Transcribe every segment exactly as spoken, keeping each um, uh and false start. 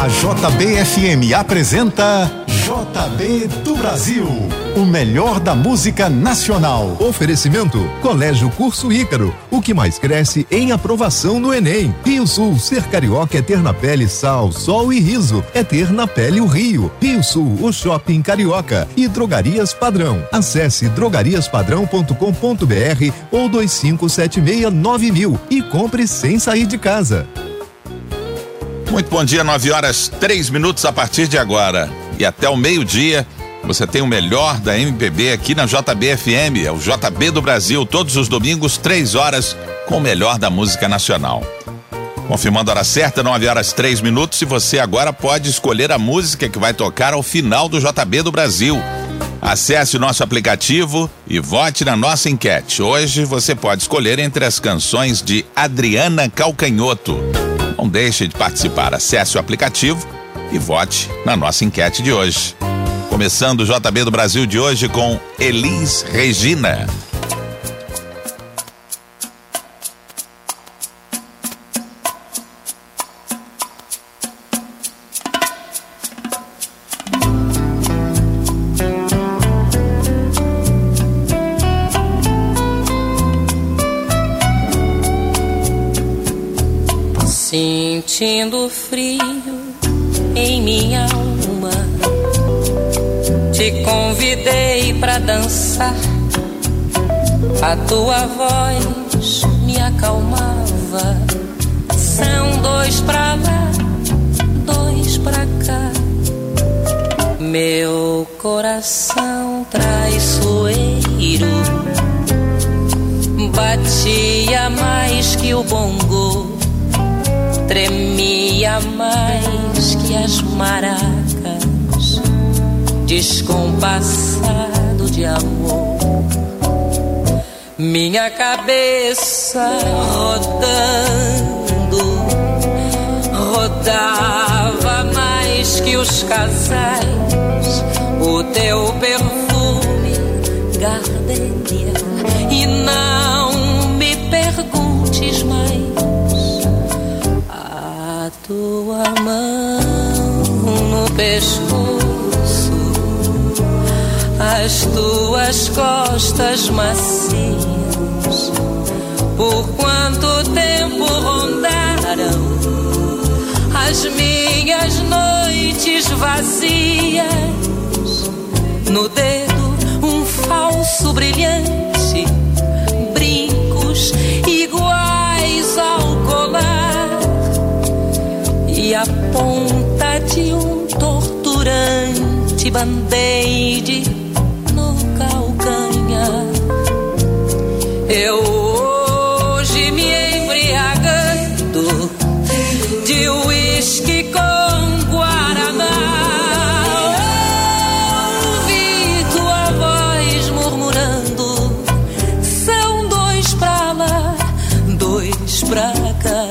A J B F M apresenta J B do Brasil, o melhor da música nacional. Oferecimento Colégio Curso Ícaro, o que mais cresce em aprovação no Enem. Rio Sul, ser carioca é ter na pele sal, sol e riso, é ter na pele o Rio. Rio Sul, o shopping carioca e Drogarias Padrão. Acesse drogarias padrão ponto com ponto br ou dois cinco sete seis nove mil e compre sem sair de casa. Muito bom dia, nove horas, três minutos a partir de agora. E até o meio-dia, você tem o melhor da M P B aqui na J B F M, é o J B do Brasil, todos os domingos, três horas, com o melhor da música nacional. Confirmando a hora certa, nove horas, três minutos, e você agora pode escolher a música que vai tocar ao final do J B do Brasil. Acesse o nosso aplicativo e vote na nossa enquete. Hoje você pode escolher entre as canções de Adriana Calcanhoto. Não deixe de participar, acesse o aplicativo e vote na nossa enquete de hoje. Começando o J B do Brasil de hoje com Elis Regina. Sentindo frio em minha alma, te convidei pra dançar. A tua voz me acalmava. São dois pra lá, dois pra cá. Meu coração traiçoeiro batia mais que o bongo, tremia mais que as maracas, descompassado de amor. Minha cabeça rodando, rodava mais que os casais, o teu perfume, gardenia. E não me perguntes mais, a tua mão no pescoço, as tuas costas macias, por quanto tempo rondaram as minhas noites vazias. No dedo um falso brilhante, brincos iguais ao colar e a ponta de um torturante band-aid no calcanhar. Eu hoje me embriagando de uísque com guaraná, ouvi tua voz murmurando, são dois pra lá, dois pra cá.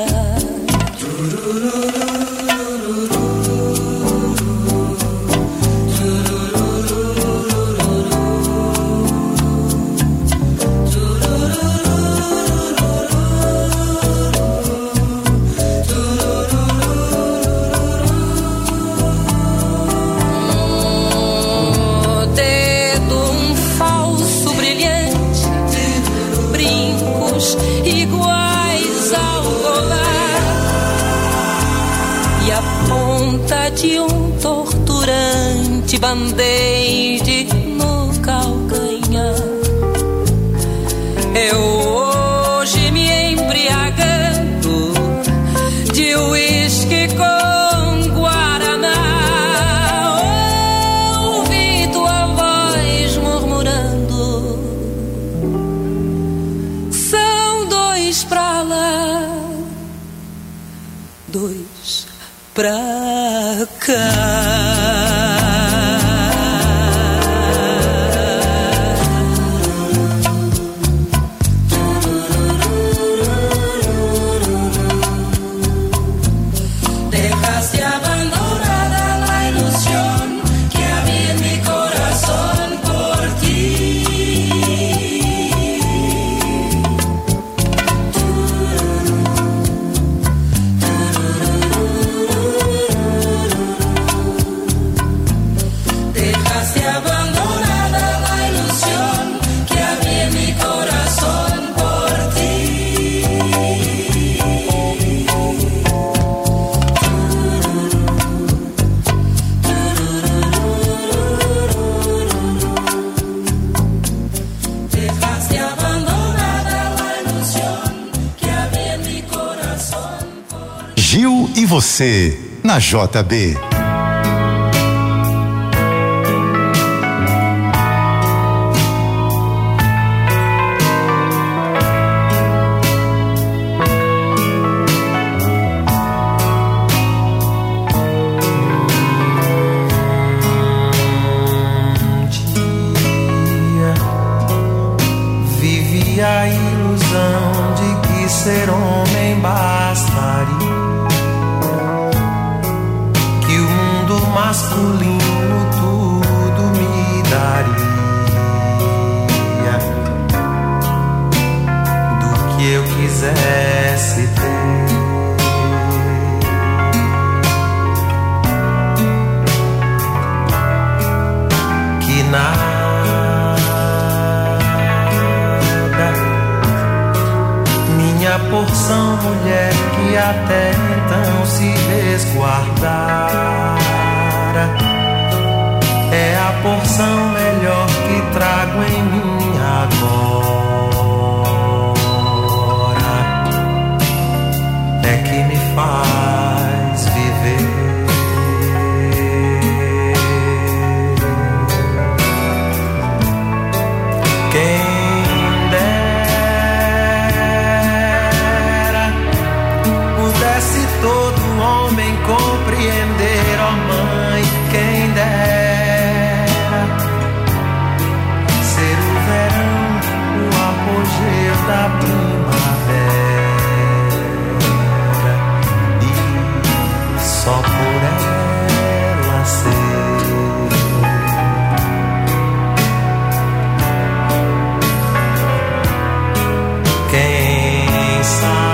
De um torturante band-aid no calcanhar. Eu hoje me embriagando de uísque com guaraná, ouvi tua voz murmurando, são dois pra lá, dois pra cá. Dejaste abandonada la ilusión que había en mi corazón por ti. Gil e você, na J B. A ilusão de que ser homem bastaria, que o mundo masculino tudo me daria, do que eu quisesse ter. Que nada minha porção, mulher, que até então se resguardara, é a porção melhor que trago em mim agora, é que me faz viver. Quem todo homem compreender, ó mãe, quem dera ser o verão, o apogeu da primavera, e só por ela ser. Quem sabe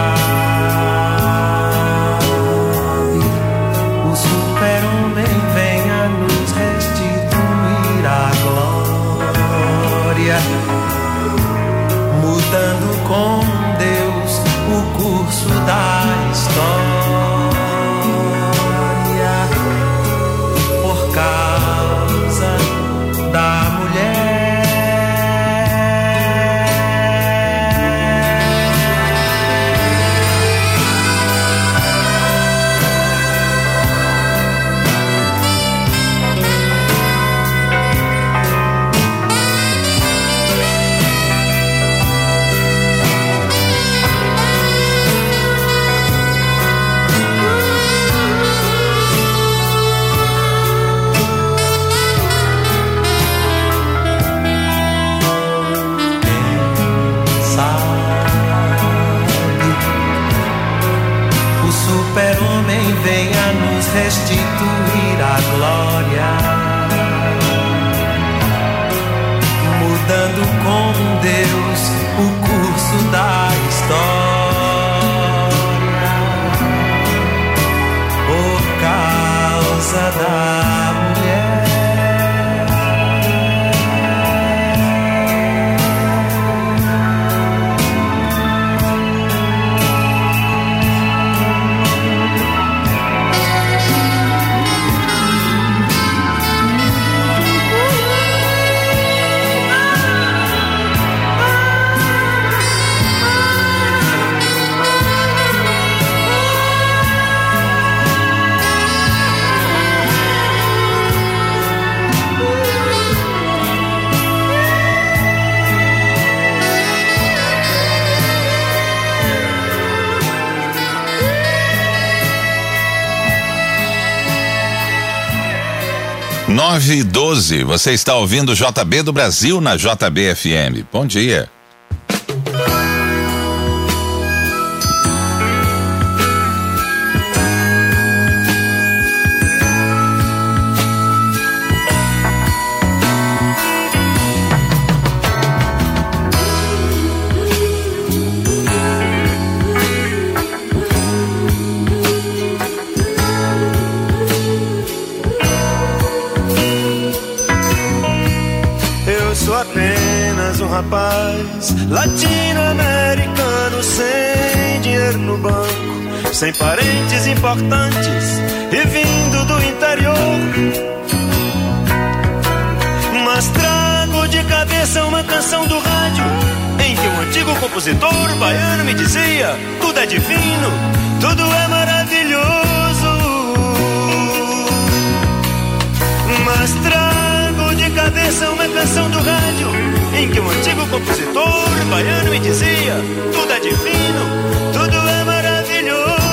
venha nos restituir a glória, mudando com Deus o curso da história, por causa da mulher. Super-homem venha nos restituir a glória, mudando com Deus o curso da história, por causa da mulher. nove e doze, você está ouvindo o J B do Brasil na J B F M. Bom dia. Rapaz latino-americano sem dinheiro no banco, sem parentes importantes e vindo do interior, mas trago de cabeça uma canção do rádio, em que um antigo compositor baiano me dizia: tudo é divino, tudo é maravilhoso. Mas trago de cabeça uma canção do rádio, em que um antigo compositor baiano me dizia: tudo é divino, tudo é maravilhoso.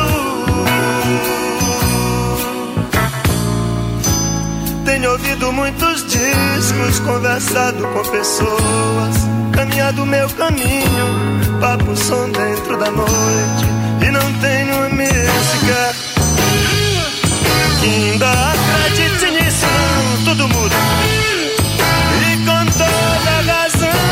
Tenho ouvido muitos discos, conversado com pessoas, caminhado meu caminho, papo som dentro da noite, e não tenho uma música que ainda acredite nisso, não. Tudo muda, e com toda razão.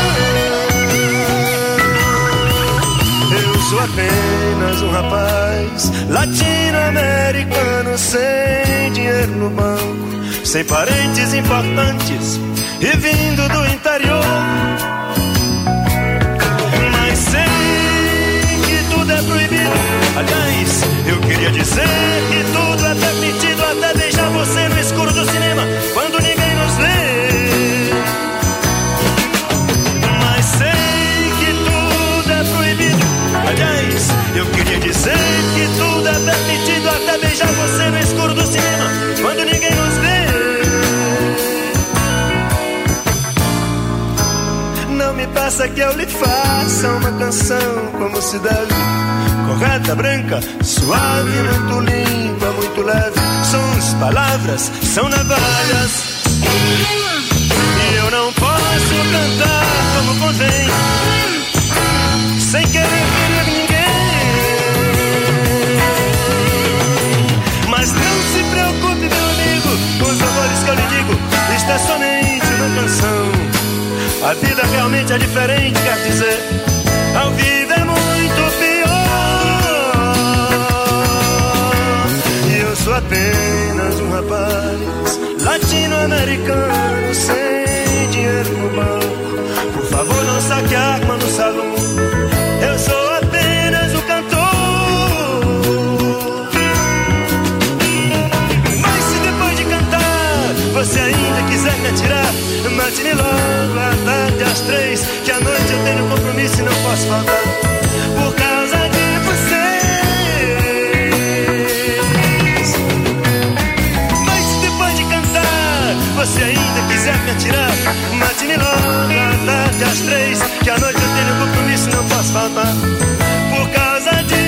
Eu sou apenas um rapaz latino-americano, sem dinheiro no banco, sem parentes importantes e vindo do interior. Mas sei que tudo é proibido. Aliás, eu queria dizer que tudo é permitido, até beijar você no escuro do cinema, quando ninguém nos vê. Mas sei que tudo é proibido. Aliás, eu queria dizer que tudo é permitido, até beijar você no escuro do cinema, quando ninguém nos vê. Não me peça que eu lhe faça uma canção como se deve, correta, branca, suave, muito limpa, muito leve. Sons, palavras, são navalhas, e eu não posso cantar como convém, sem querer ferir ninguém. Mas não se preocupe, meu amigo, com os amores que eu lhe digo, isto é somente uma canção. A vida realmente é diferente, quer dizer, ao vivo é muito pior. E eu sou apenas um rapaz latino-americano, sem dinheiro no banco. Por favor, não saque a arma no salão. Eu sou apenas um cantor. Mas se depois de cantar você ainda quiser me atirar, mate-me logo à tarde às três, que à noite eu tenho compromisso e não posso faltar por causa de vocês. Mas se depois de cantar você ainda quiser me atirar, mate-me logo à tarde às três, que à noite eu tenho compromisso e não posso faltar por causa de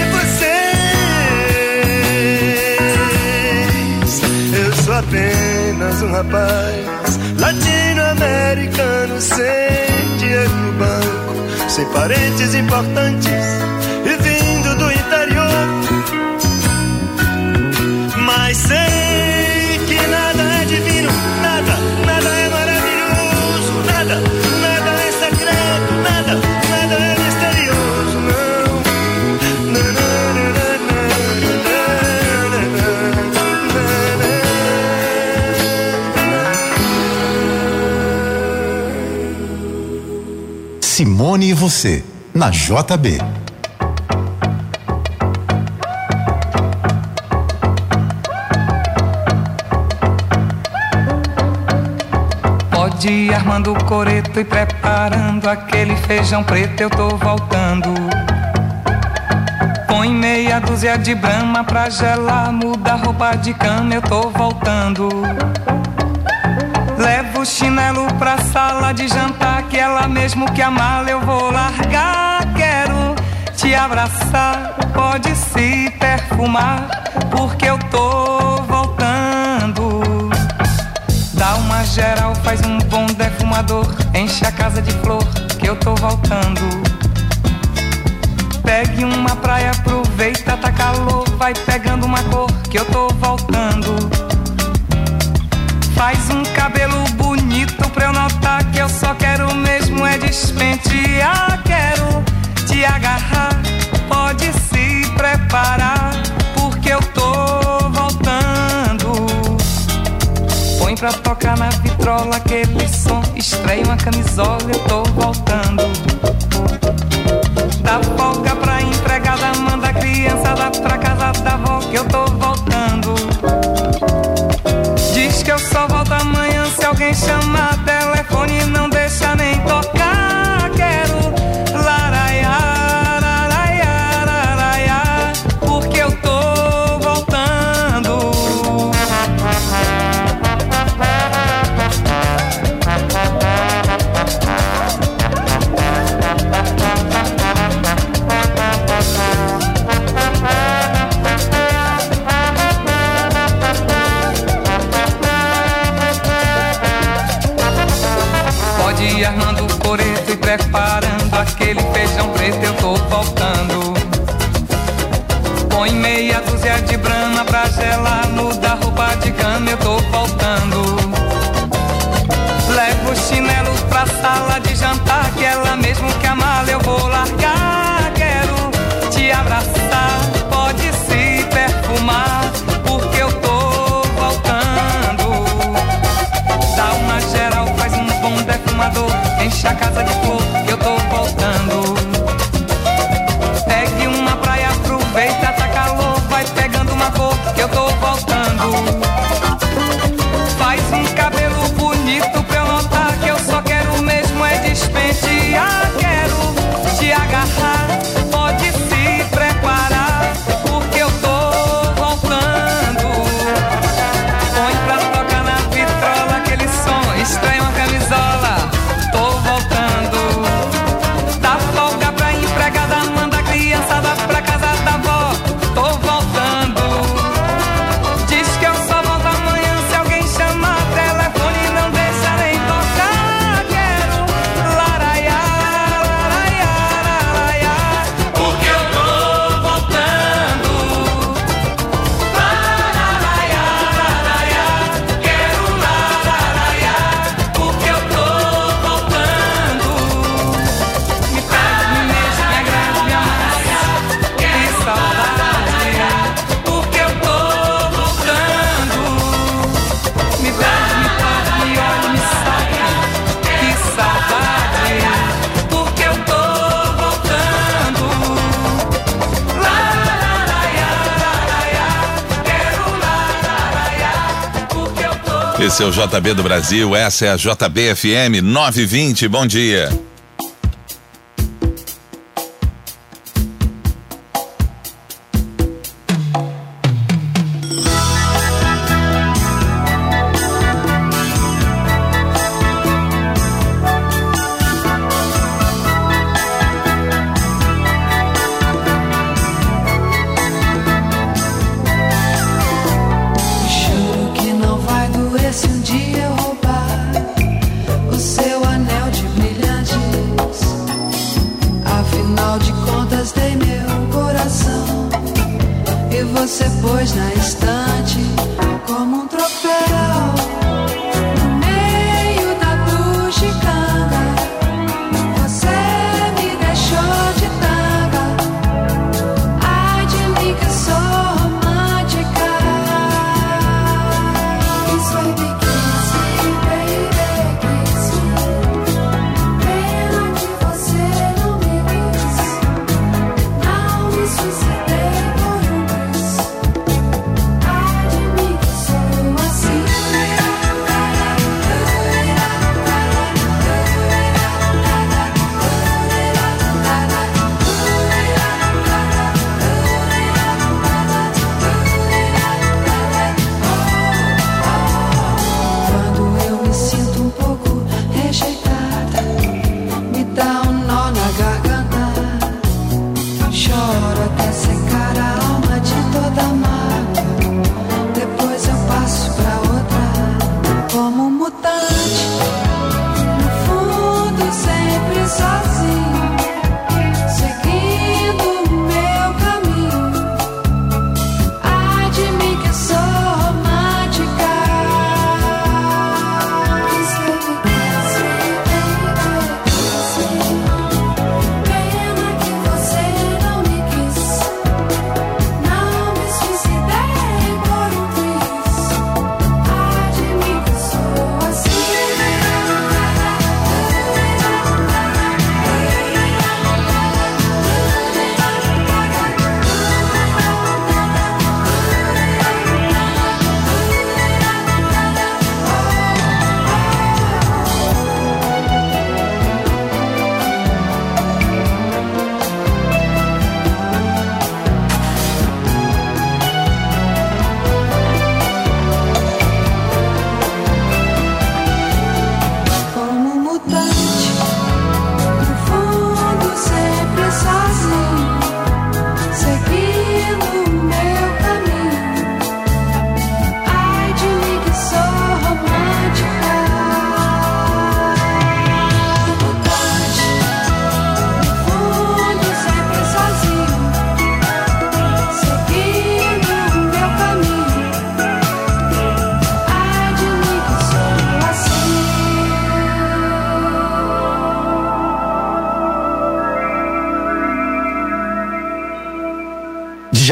vocês. Eu sou apenas um rapaz latino-americano, sem dinheiro no banco, sem parentes importantes e vindo do interior. Mas sei que nada é divino, nada, nada é maravilhoso, nada, nada é secreto, nada, nada é misterioso, não. Não, não, não, não, Simone e você, na J B. Pode ir armando o coreto e preparando aquele feijão preto, eu tô voltando. Põe meia dúzia de brama pra gelar, muda a roupa de cama, eu tô voltando. Levo o chinelo pra sala de jantar, que ela mesmo que a mala eu vou largar. Quero te abraçar, pode se perfumar, porque eu tô voltando. Dá uma geral, faz um bom defumador, enche a casa de flor, que eu tô voltando. Pegue uma praia, aproveita, tá calor, vai pegando uma cor, que eu tô voltando. Faz um cabelo bonito pra eu notar que eu só quero mesmo é despentear. Quero te agarrar, pode se preparar, porque eu tô voltando. Põe pra tocar na vitrola aquele som, estreia uma camisola, eu tô voltando. Dá folga pra empregada, manda a criançada pra casa da avó, que eu tô voltando. Diz que eu só volto amanhã, se alguém chamar telefone não dê preparando aquele feijão preto, eu tô voltando. Põe meia dúzia de brama pra gelar, muda roupa de cama, eu tô voltando. Levo o chinelo pra sala de jantar, que ela mesmo que a mala eu vou largar. Quero te abraçar, pode se perfumar, porque eu tô voltando. Dá uma geral, faz um bom defumador, enche a casa de flor, que eu tô voltando. Pegue uma praia, aproveita, tá calor, vai pegando uma cor, que eu tô voltando. Faz um cabelo bonito pra eu notar que eu só quero mesmo é despentear. Quero te agarrar, pode se preparar, porque eu tô voltando. Põe pra tocar na vitrola aquele som, estranho uma camisola, tô voltando. Dá folga pra empregada, manda a criançada pra casa da avó, tô voltando. Diz que eu só volto amanhã, se alguém chamar telefone não deixa nem tocar. Quero laraiá, laraiá, laraiá, porque eu tô voltando. Laraiá, laraiá, quero laraiá, porque eu tô voltando. Me pega, me mexe, me agrada, me amassa, que saudade, porque eu tô voltando. Me pega, me toca, me olha, me saca, que saudade, porque eu tô voltando. Laraiá, laraiá, quero laraiá, porque eu tô. Esse é o J B do Brasil, essa é a J B F M nove e vinte, bom dia. Juro que não vai doer se um dia eu roubar o seu anel de brilhantes. Afinal de contas dei meu coração e você pôs na estante como um troféu no meio da bugiganga. Você me deixou de tanga. Ai de mim que sou romântica. Kiss baby, kiss me, baby, kiss me. Pena que você não me quis. Não me suicidei por um bis. Ai de mim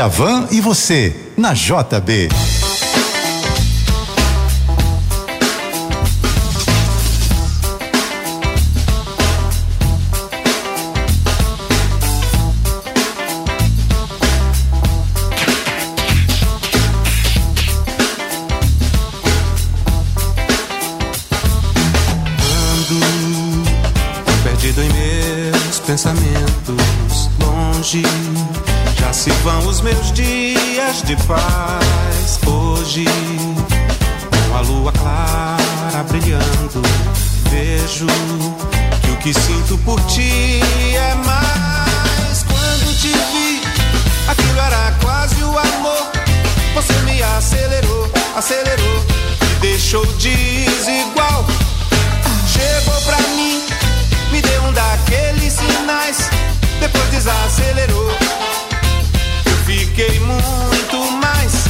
Djavan e você, na J B. Pensamentos longe, já se vão os meus dias de paz. Hoje, com a lua clara brilhando, vejo que o que sinto por ti é mais. Quando te vi, aquilo era quase o amor. Você me acelerou, acelerou, me deixou desigual. Chegou pra mim, me deu um daqueles sinais, depois desacelerou. Eu fiquei muito mais.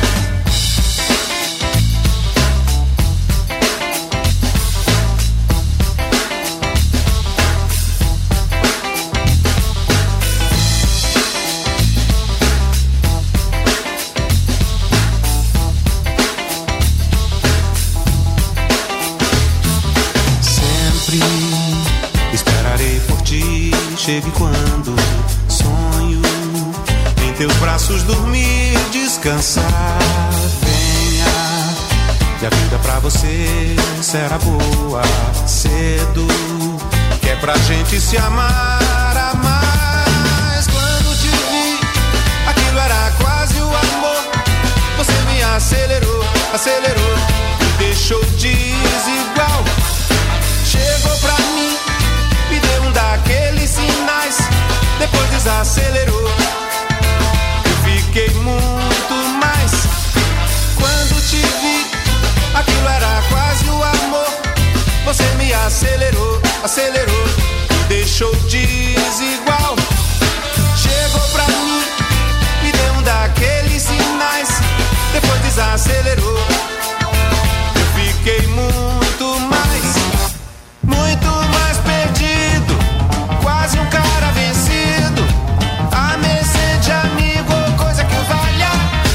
Chegue quando sonho em teus braços dormir, descansar. Venha, e a vida pra você será boa. Cedo, que é pra gente se amar, amar. Quando te vi, aquilo era quase o amor. Você me acelerou, acelerou, me deixou desigual. Chegou pra mim, me deu um daqueles sinais, depois desacelerou. Eu fiquei muito mais. Quando te vi, aquilo era quase o amor. Você me acelerou, acelerou, me deixou desigual. Chegou pra mim, me deu um daqueles sinais, depois desacelerou. Eu fiquei muito mais, muito mais perdido, quase um cara vencido, à mercê de amigo ou coisa que valha.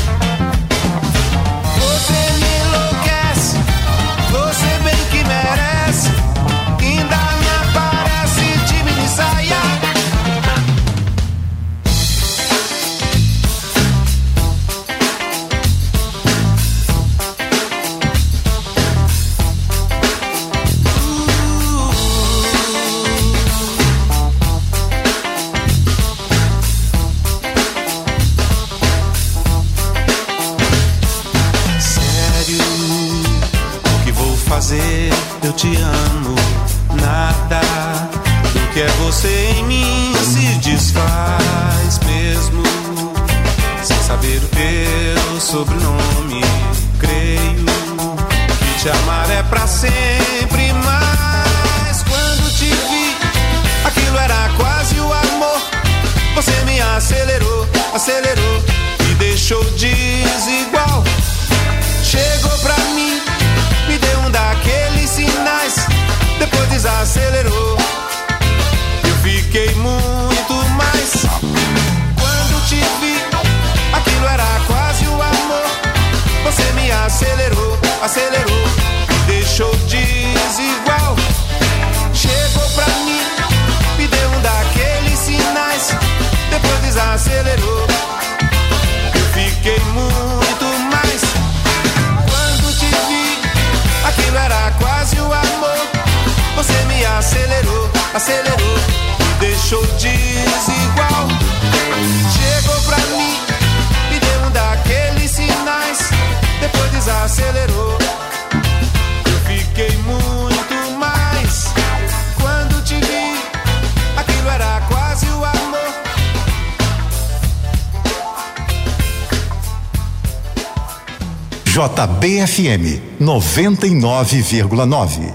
Você me enlouquece, você bem que merece, ainda me aparece de mini saia. Eu te amo, nada do que é você em mim se desfaz mesmo, sem saber o teu sobrenome. Creio que te amar é pra sempre, mas quando te vi, aquilo era quase o amor. Você me acelerou, acelerou, me deixou desigual. Chegou pra mim, me deu um daqueles sinais, depois desacelerou. Eu fiquei muito mais. Quando te vi, aquilo era quase o amor. Você me acelerou, acelerou, me deixou desigual. Chegou pra mim, me deu um daqueles sinais, depois desacelerou. Eu fiquei muito mais. Quando te vi, aquilo era quase o amor. Você me acelerou, acelerou, me deixou desigual. Chegou pra mim, me deu um daqueles sinais, depois desacelerou. Eu fiquei muito mais. Quando te vi, aquilo era quase o amor. J B F M noventa e nove vírgula nove.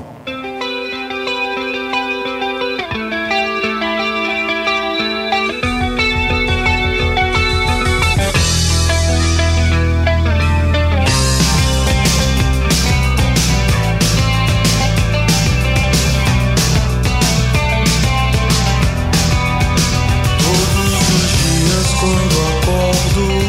Todos os dias quando acordo,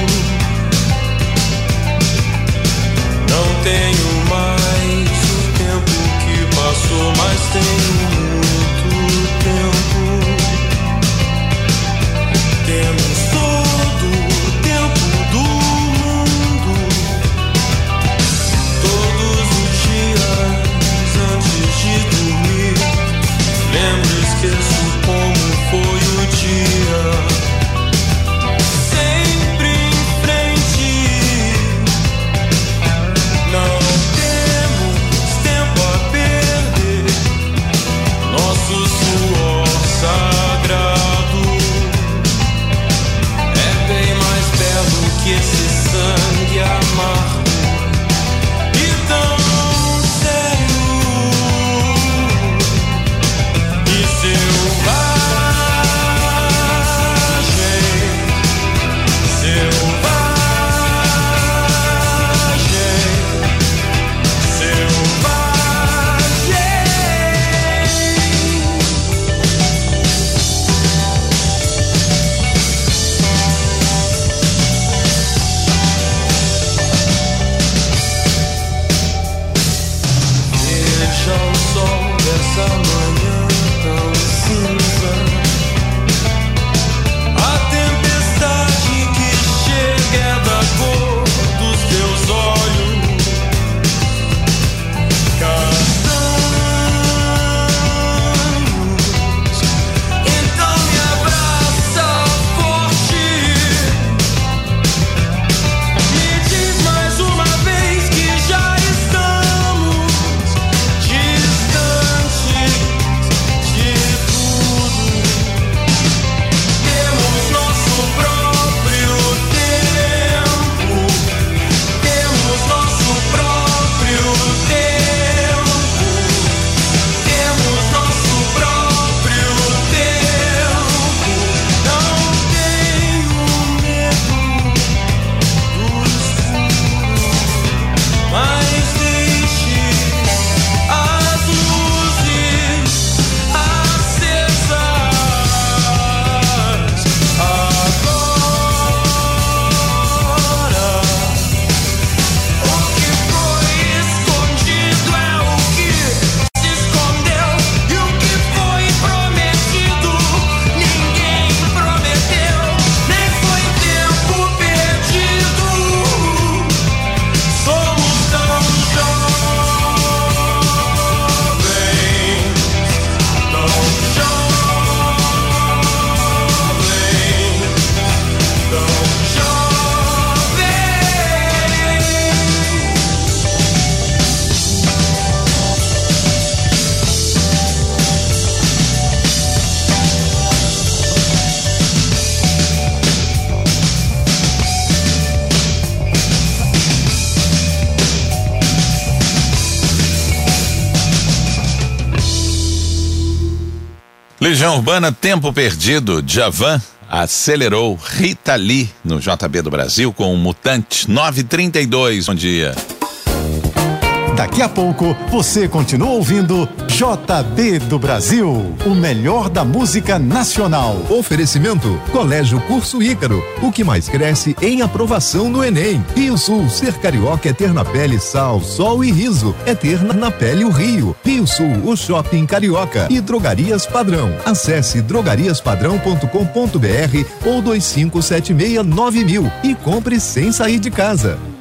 Legião Urbana, Tempo Perdido, Djavan acelerou. Rita Lee no J B do Brasil com o Mutante. nove e trinta e dois, bom dia. Daqui a pouco você continua ouvindo J B do Brasil, o melhor da música nacional. Oferecimento Colégio Curso Ícaro, o que mais cresce em aprovação no Enem. Rio Sul, ser carioca é ter na pele sal, sol e riso, é ter na, na pele o Rio. Rio Sul, o shopping carioca e Drogarias Padrão. Acesse drogarias padrão ponto com ponto br ou dois cinco sete seis nove mil e compre sem sair de casa.